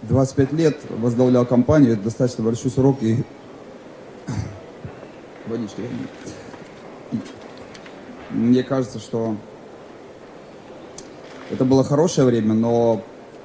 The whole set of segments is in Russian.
25 лет возглавлял компанию, это достаточно большой срок, и водички. Мне кажется, что это было хорошее время, но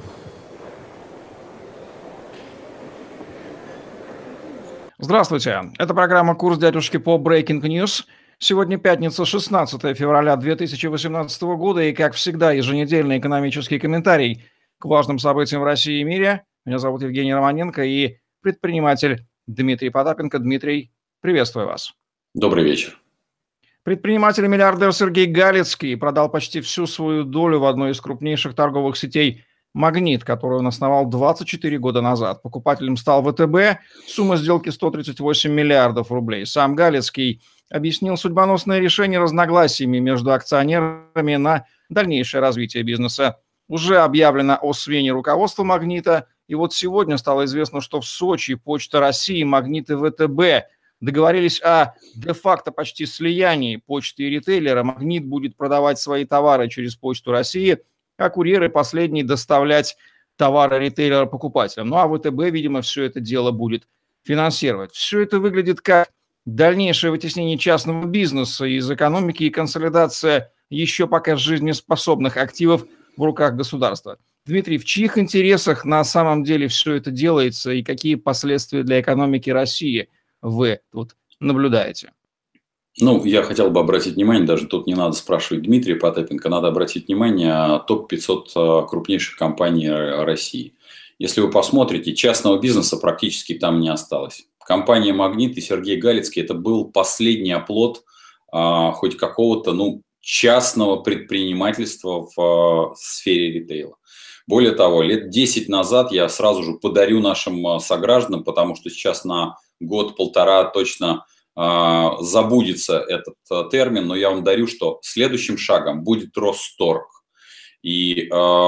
Здравствуйте, это программа «Курс дядюшки» по Breaking News. Сегодня пятница, 16 февраля 2018 года, и, как всегда, еженедельный экономический комментарий к важным событиям в России и мире. Меня зовут Евгений Романенко и предприниматель Дмитрий Потапенко. Дмитрий, приветствую вас. Добрый вечер. Предприниматель и миллиардер Сергей Галицкий продал почти всю свою долю в одной из крупнейших торговых сетей «Магнит», которую он основал 24 года назад. Покупателем стал ВТБ. Сумма сделки 138 миллиардов рублей. Сам Галицкий объяснил судьбоносное решение разногласиями между акционерами на дальнейшее развитие бизнеса. Уже объявлено о смене руководства «Магнита». И вот сегодня стало известно, что в Сочи Почта России, «Магнит» и ВТБ договорились о де-факто почти слиянии почты и ритейлера. «Магнит» будет продавать свои товары через Почту России, а курьеры последние доставлять товары ритейлера покупателям. Ну а ВТБ, видимо, все это дело будет финансировать. Все это выглядит как дальнейшее вытеснение частного бизнеса из экономики и консолидация еще пока жизнеспособных активов в руках государства. Дмитрий, в чьих интересах на самом деле все это делается и какие последствия для экономики России вы тут наблюдаете? Ну, я хотел бы обратить внимание, даже тут не надо спрашивать Дмитрия Потапенко, надо обратить внимание на топ-500 крупнейших компаний России. Если вы посмотрите, частного бизнеса практически там не осталось. Компания «Магнит» и Сергей Галицкий – это был последний оплот хоть какого-то частного предпринимательства в сфере ритейла. Более того, лет 10 назад я сразу же подарю нашим согражданам, потому что сейчас на год-полтора точно забудется этот термин, но я вам дарю, что следующим шагом будет Росторг. И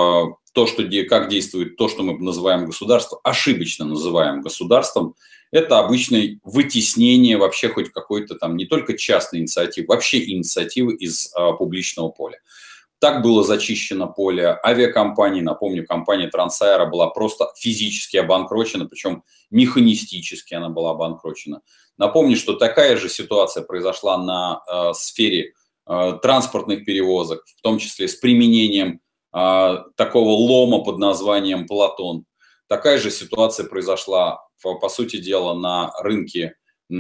как действует то, что мы называем государством, ошибочно называем государством, это обычное вытеснение вообще хоть какой-то там не только частной инициативы, вообще инициативы из публичного поля. Так было зачищено поле авиакомпаний. Напомню, компания Трансаэро была просто физически обанкрочена, причем механистически она была обанкрочена. Напомню, что такая же ситуация произошла на сфере транспортных перевозок, в том числе с применением такого лома под названием Платон. Такая же ситуация произошла, по сути дела, на рынке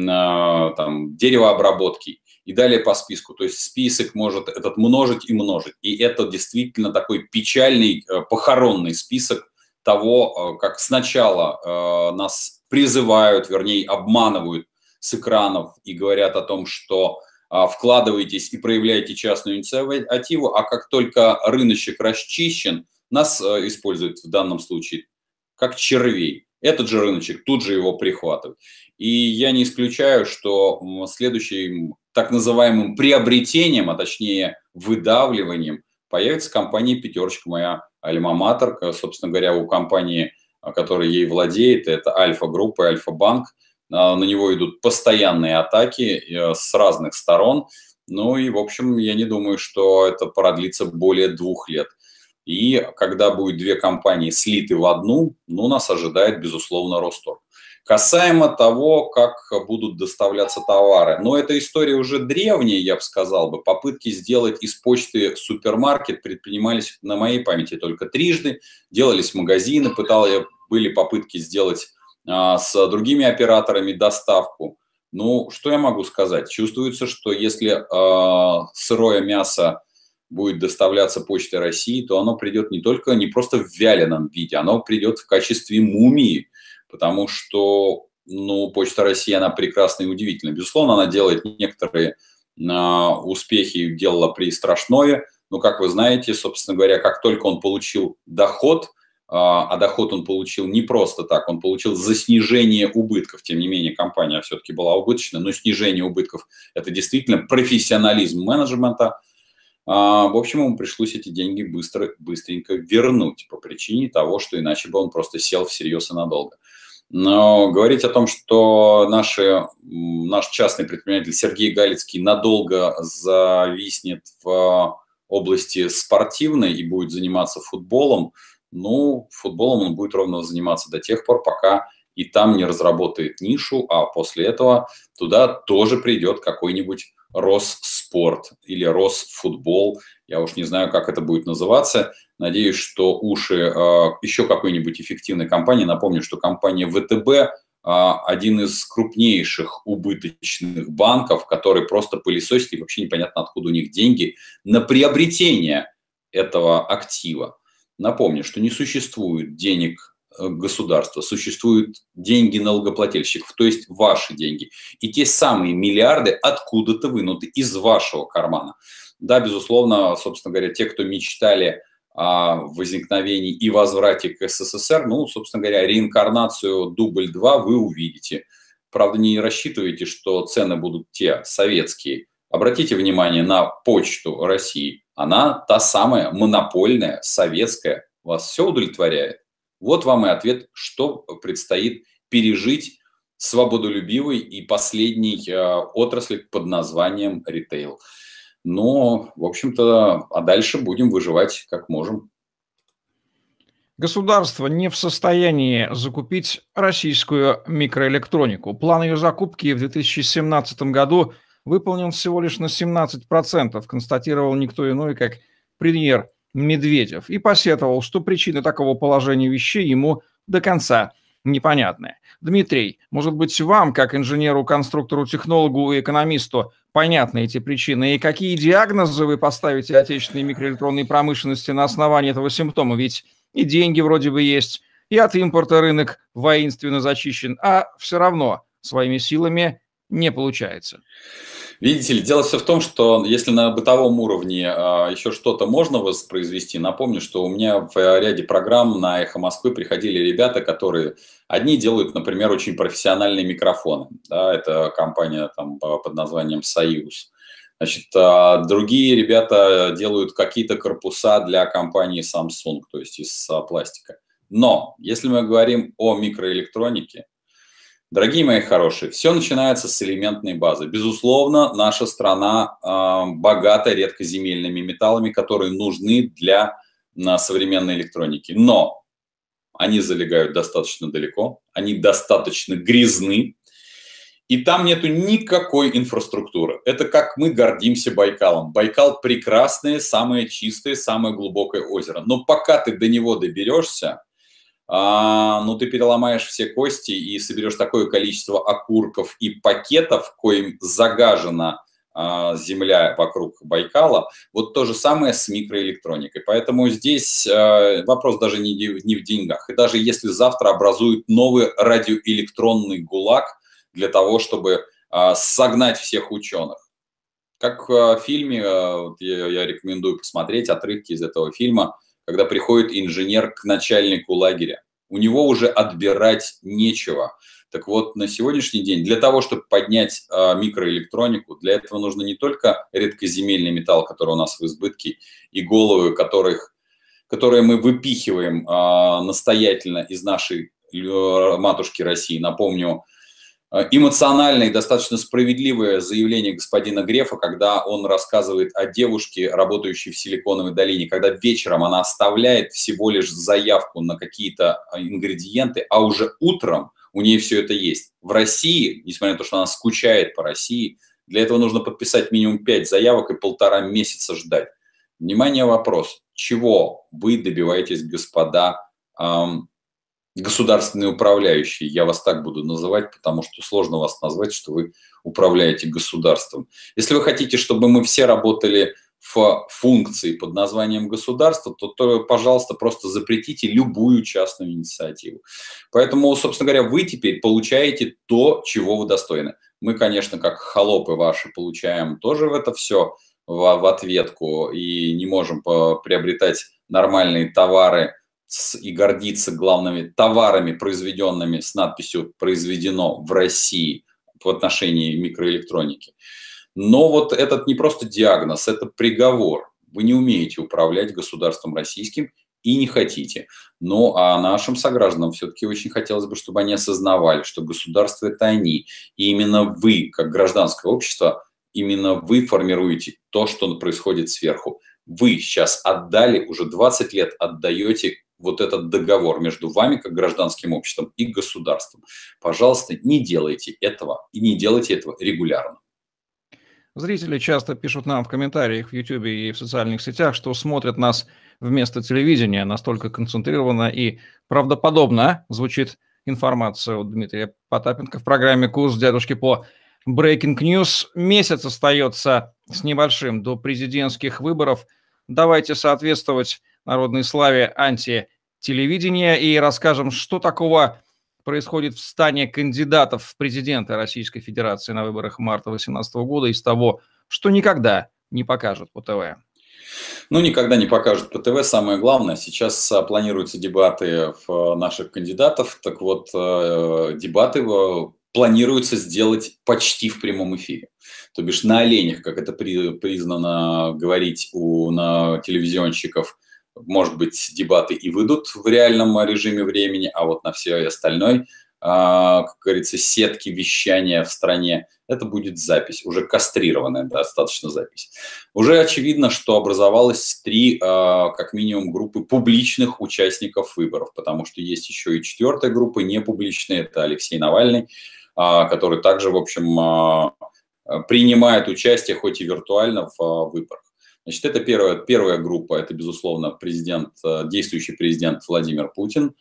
деревообработки. И далее по списку. То есть список может этот множить и множить. И это действительно такой печальный похоронный список того, как сначала нас призывают, вернее, обманывают с экранов и говорят о том, что вкладываетесь и проявляете частную инициативу, а как только рыночек расчищен, нас используют в данном случае как червей. Этот же рыночек тут же его прихватывает. И я не исключаю, что следующим так называемым приобретением, а точнее выдавливанием, появится компания «Пятерочка», моя альма-матер, собственно говоря, у компании, которая ей владеет, это Альфа-группа, Альфа-банк. На него идут постоянные атаки с разных сторон. Ну и, в общем, я не думаю, что это продлится более 2 лет. И когда будет 2 компании слиты в одну, нас ожидает, безусловно, Росторг. Касаемо того, как будут доставляться товары. Но эта история уже древняя, я бы сказал бы. Попытки сделать из почты супермаркет предпринимались на моей памяти только трижды. Делались магазины, были попытки сделать с другими операторами доставку. Ну, что я могу сказать? Чувствуется, что если сырое мясо будет доставляться Почтой России, то оно придет не просто в вяленом виде, оно придет в качестве мумии, потому что Почта России, она прекрасна и удивительна. Безусловно, она делает некоторые успехи, делала при Страшнове, но, как вы знаете, собственно говоря, как только он получил доход, а доход он получил не просто так, он получил за снижение убытков. Тем не менее, компания все-таки была убыточной, но снижение убытков – это действительно профессионализм менеджмента. В общем, ему пришлось эти деньги быстренько вернуть по причине того, что иначе бы он просто сел всерьез и надолго. Но говорить о том, что наш частный предприниматель Сергей Галицкий надолго зависнет в области спортивной и будет заниматься футболом, ну, футболом он будет ровно заниматься до тех пор, пока и там не разработает нишу, а после этого туда тоже придет какой-нибудь Росспорт или Росфутбол. Я уж не знаю, как это будет называться. Надеюсь, что уши еще какой-нибудь эффективной компании. Напомню, что компания ВТБ один из крупнейших убыточных банков, который просто пылесосит, и вообще непонятно, откуда у них деньги на приобретение этого актива. Напомню, что не существует денег государства, существуют деньги налогоплательщиков, то есть ваши деньги. И те самые миллиарды откуда-то вынуты из вашего кармана. Да, безусловно, собственно говоря, те, кто мечтали о возникновении и возврате к СССР, ну, собственно говоря, реинкарнацию дубль 2 вы увидите. Правда, не рассчитывайте, что цены будут те советские. Обратите внимание на почту России. Она та самая монопольная, советская. Вас все удовлетворяет? Вот вам и ответ, что предстоит пережить свободолюбивой и последней отрасли под названием ритейл. Но, в общем-то, а дальше будем выживать как можем. Государство не в состоянии закупить российскую микроэлектронику. План ее закупки в 2017 году выполнен всего лишь на 17%, констатировал никто иной, как премьер Медведев, и посетовал, что причины такого положения вещей ему до конца непонятны. Дмитрий, может быть, вам, как инженеру, конструктору, технологу и экономисту, понятны эти причины, и какие диагнозы вы поставите отечественной микроэлектронной промышленности на основании этого симптома? Ведь и деньги вроде бы есть, и от импорта рынок воинственно зачищен, а все равно своими силами не получается. Видите ли, дело все в том, что если на бытовом уровне еще что-то можно воспроизвести, напомню, что у меня в ряде программ на «Эхо Москвы» приходили ребята, которые одни делают, например, очень профессиональные микрофоны. Да, это компания там, под названием «Союз». Значит, другие ребята делают какие-то корпуса для компании Samsung, то есть из пластика. Но если мы говорим о микроэлектронике, дорогие мои хорошие, все начинается с элементной базы. Безусловно, наша страна богата редкоземельными металлами, которые нужны для современной электроники. Но они залегают достаточно далеко, они достаточно грязны, и там нету никакой инфраструктуры. Это как мы гордимся Байкалом. Байкал – прекрасное, самое чистое, самое глубокое озеро. Но пока ты до него доберешься, ну, ты переломаешь все кости и соберешь такое количество окурков и пакетов, коим загажена земля вокруг Байкала. Вот то же самое с микроэлектроникой. Поэтому здесь вопрос даже не в деньгах. И даже если завтра образуют новый радиоэлектронный ГУЛАГ для того, чтобы согнать всех ученых. Как в фильме, я рекомендую посмотреть отрывки из этого фильма, когда приходит инженер к начальнику лагеря. У него уже отбирать нечего. Так вот, на сегодняшний день для того, чтобы поднять микроэлектронику, для этого нужно не только редкоземельный металл, который у нас в избытке, и головы, которые мы выпихиваем настоятельно из нашей матушки России. Напомню, эмоциональное и достаточно справедливое заявление господина Грефа, когда он рассказывает о девушке, работающей в Силиконовой долине, когда вечером она оставляет всего лишь заявку на какие-то ингредиенты, а уже утром у нее все это есть. В России, несмотря на то, что она скучает по России, для этого нужно подписать минимум 5 заявок и 1,5 месяца ждать. Внимание, вопрос. Чего вы добиваетесь, господа государственные управляющие? Я вас так буду называть, потому что сложно вас назвать, что вы управляете государством. Если вы хотите, чтобы мы все работали в функции под названием государство, то, пожалуйста, просто запретите любую частную инициативу. Поэтому, собственно говоря, вы теперь получаете то, чего вы достойны. Мы, конечно, как холопы ваши, получаем тоже в это все в ответку и не можем приобретать нормальные товары и гордиться главными товарами, произведенными с надписью «Произведено в России» в отношении микроэлектроники. Но вот этот не просто диагноз, это приговор. Вы не умеете управлять государством российским и не хотите. Ну, а нашим согражданам все-таки очень хотелось бы, чтобы они осознавали, что государство – это они. И именно вы, как гражданское общество, именно вы формируете то, что происходит сверху. Вы сейчас отдали, уже 20 лет отдаете вот этот договор между вами, как гражданским обществом, и государством. Пожалуйста, не делайте этого и не делайте этого регулярно. Зрители часто пишут нам в комментариях в YouTube и в социальных сетях, что смотрят нас вместо телевидения. Настолько концентрированно и правдоподобно звучит информация от Дмитрия Потапенко в программе «Курс дядюшки по Breaking News». Месяц остается с небольшим до президентских выборов. Давайте соответствовать народной славе антителевидения и расскажем, что такого происходит в стане кандидатов в президенты Российской Федерации на выборах марта 2018 года из того, что никогда не покажут по ТВ. Ну, никогда не покажут по ТВ. Самое главное, сейчас планируются дебаты наших кандидатов. Так вот, дебаты планируется сделать почти в прямом эфире. То бишь на оленях, как это признано говорить на телевизионщиков, может быть, дебаты и выйдут в реальном режиме времени, а вот на всей остальной, как говорится, сетки вещания в стране, это будет запись, уже кастрированная достаточно запись. Уже очевидно, что образовалось 3, как минимум, группы публичных участников выборов, потому что есть еще и 4-я группа, непубличная, это Алексей Навальный, который также, в общем, принимает участие, хоть и виртуально, в выборах. Значит, это первая группа, это, безусловно, действующий президент Владимир Путин,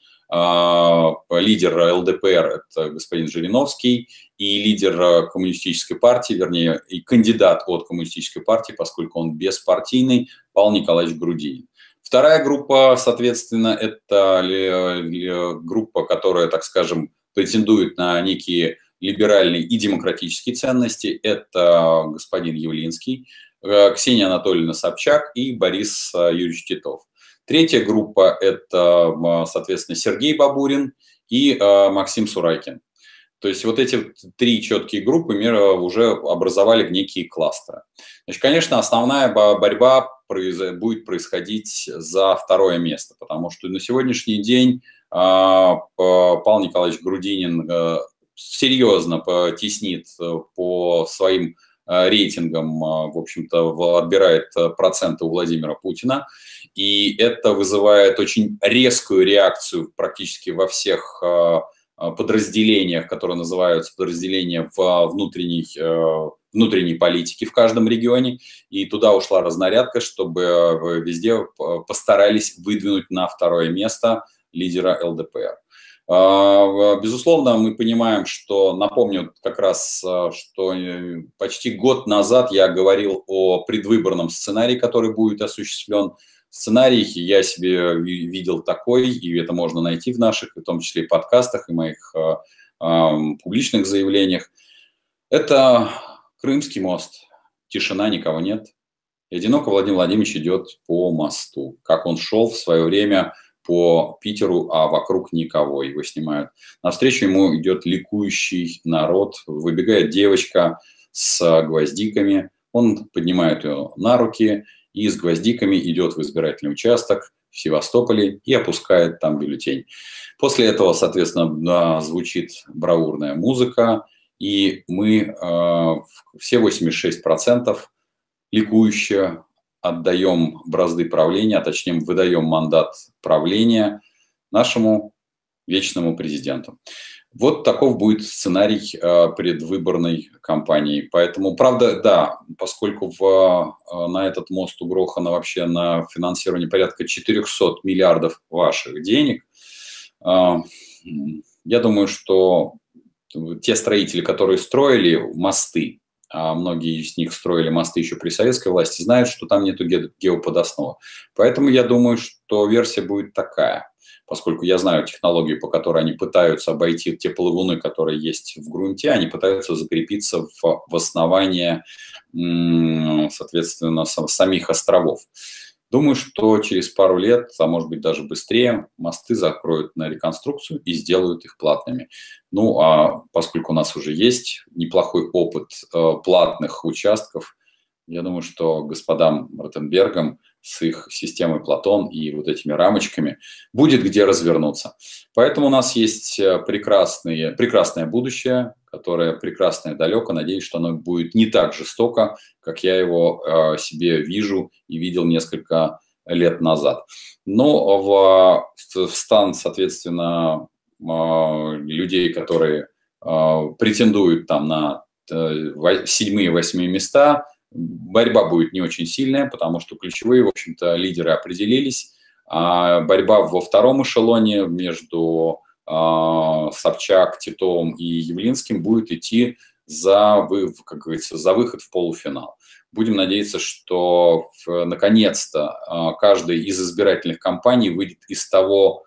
лидер ЛДПР, это господин Жириновский, и лидер коммунистической партии, вернее, и кандидат от коммунистической партии, поскольку он беспартийный, Павел Николаевич Грудинин. Вторая группа, соответственно, это группа, которая, так скажем, претендует на некие либеральные и демократические ценности. Это господин Явлинский, Ксения Анатольевна Собчак и Борис Юрьевич Титов. Третья группа – это, соответственно, Сергей Бабурин и Максим Сурайкин. То есть вот эти 3 четкие группы уже образовали некие кластеры. Значит, конечно, основная борьба будет происходить за 2-е место, потому что на сегодняшний день Павел Николаевич Грудинин серьезно потеснит по своим рейтингам, в общем-то, отбирает проценты у Владимира Путина. И это вызывает очень резкую реакцию практически во всех подразделениях, которые называются подразделения внутренней политики в каждом регионе. И туда ушла разнарядка, чтобы везде постарались выдвинуть на 2-е место лидера ЛДПР. Безусловно, мы понимаем, что, напомню как раз, что почти год назад я говорил о предвыборном сценарии, который будет осуществлен. Сценарий я себе видел такой, и это можно найти в наших, в том числе и подкастах, и моих публичных заявлениях. Это Крымский мост. Тишина, никого нет. И одиноко Владимир Владимирович идет по мосту, как он шел в свое время по Питеру, а вокруг никого, его снимают. Навстречу ему идет ликующий народ, выбегает девочка с гвоздиками, он поднимает ее на руки и с гвоздиками идет в избирательный участок в Севастополе и опускает там бюллетень. После этого, соответственно, звучит бравурная музыка, и мы все 86% ликующе отдаем бразды правления, а точнее выдаем мандат правления нашему вечному президенту. Вот таков будет сценарий предвыборной кампании. Поэтому, правда, да, поскольку на этот мост угрохано вообще на финансирование порядка 400 миллиардов ваших денег, я думаю, что те строители, которые строили мосты, а многие из них строили мосты еще при советской власти, знают, что там нету геоподоснова. Поэтому я думаю, что версия будет такая, поскольку я знаю технологию, по которой они пытаются обойти те плавуны, которые есть в грунте, они пытаются закрепиться в основании, соответственно, самих островов. Думаю, что через пару лет, а может быть даже быстрее, мосты закроют на реконструкцию и сделают их платными. Ну, а поскольку у нас уже есть неплохой опыт платных участков, я думаю, что господам Ротенбергам с их системой Платон и вот этими рамочками будет где развернуться. Поэтому у нас есть прекрасное будущее, которое прекрасное далеко. Надеюсь, что оно будет не так жестоко, как я его себе вижу и видел несколько лет назад. Но в стан, соответственно, людей, которые претендуют там на 7-8 места, борьба будет не очень сильная, потому что ключевые, в общем-то, лидеры определились. А борьба во втором эшелоне между Собчак, Титовым и Явлинским будет идти за, как говорится, за выход в полуфинал. Будем надеяться, что наконец-то каждая из избирательных кампаний выйдет из того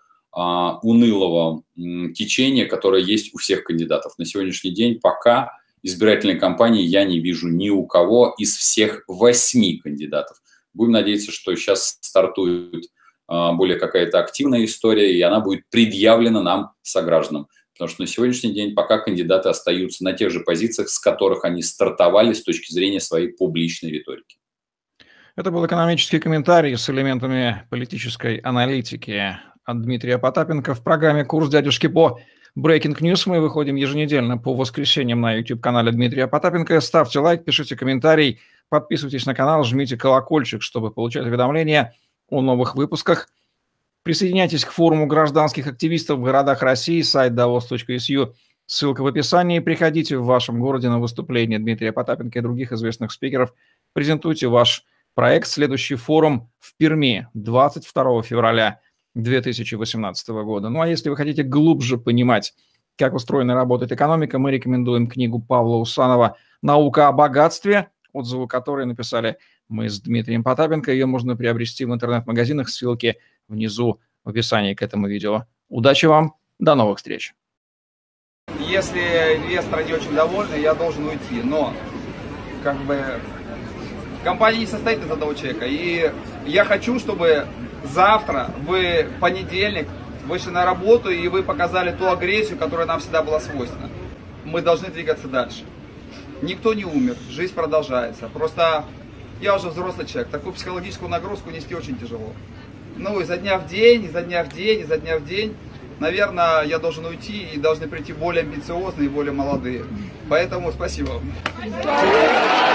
унылого течения, которое есть у всех кандидатов. На сегодняшний день пока избирательной кампании я не вижу ни у кого из всех 8 кандидатов. Будем надеяться, что сейчас стартует более какая-то активная история, и она будет предъявлена нам, согражданам. Потому что на сегодняшний день пока кандидаты остаются на тех же позициях, с которых они стартовали с точки зрения своей публичной риторики. Это был экономический комментарий с элементами политической аналитики от Дмитрия Потапенко в программе «Курс дядюшки по Breaking News». Мы выходим еженедельно по воскресеньям на YouTube-канале Дмитрия Потапенко. Ставьте лайк, пишите комментарий, подписывайтесь на канал, жмите колокольчик, чтобы получать уведомления о новых выпусках. Присоединяйтесь к форуму гражданских активистов в городах России, сайт davos.su, ссылка в описании. Приходите в вашем городе на выступление Дмитрия Потапенко и других известных спикеров. Презентуйте ваш проект. Следующий форум в Перми 22 февраля 2018 года. Ну а если вы хотите глубже понимать, как устроена и работает экономика, мы рекомендуем книгу Павла Усанова «Наука о богатстве», отзывы которой написали мы с Дмитрием Потапенко. Ее можно приобрести в интернет-магазинах, ссылки внизу в описании к этому видео. Удачи вам, до новых встреч! Если инвесторы не очень довольны, я должен уйти, но как бы компания не состоит из одного человека, и я хочу, чтобы завтра вы, в понедельник, вышли на работу, и вы показали ту агрессию, которая нам всегда была свойственна. Мы должны двигаться дальше. Никто не умер, жизнь продолжается. Просто я уже взрослый человек, такую психологическую нагрузку нести очень тяжело. Ну, изо дня в день, изо дня в день, изо дня в день, наверное, я должен уйти, и должны прийти более амбициозные и более молодые. Поэтому спасибо вам.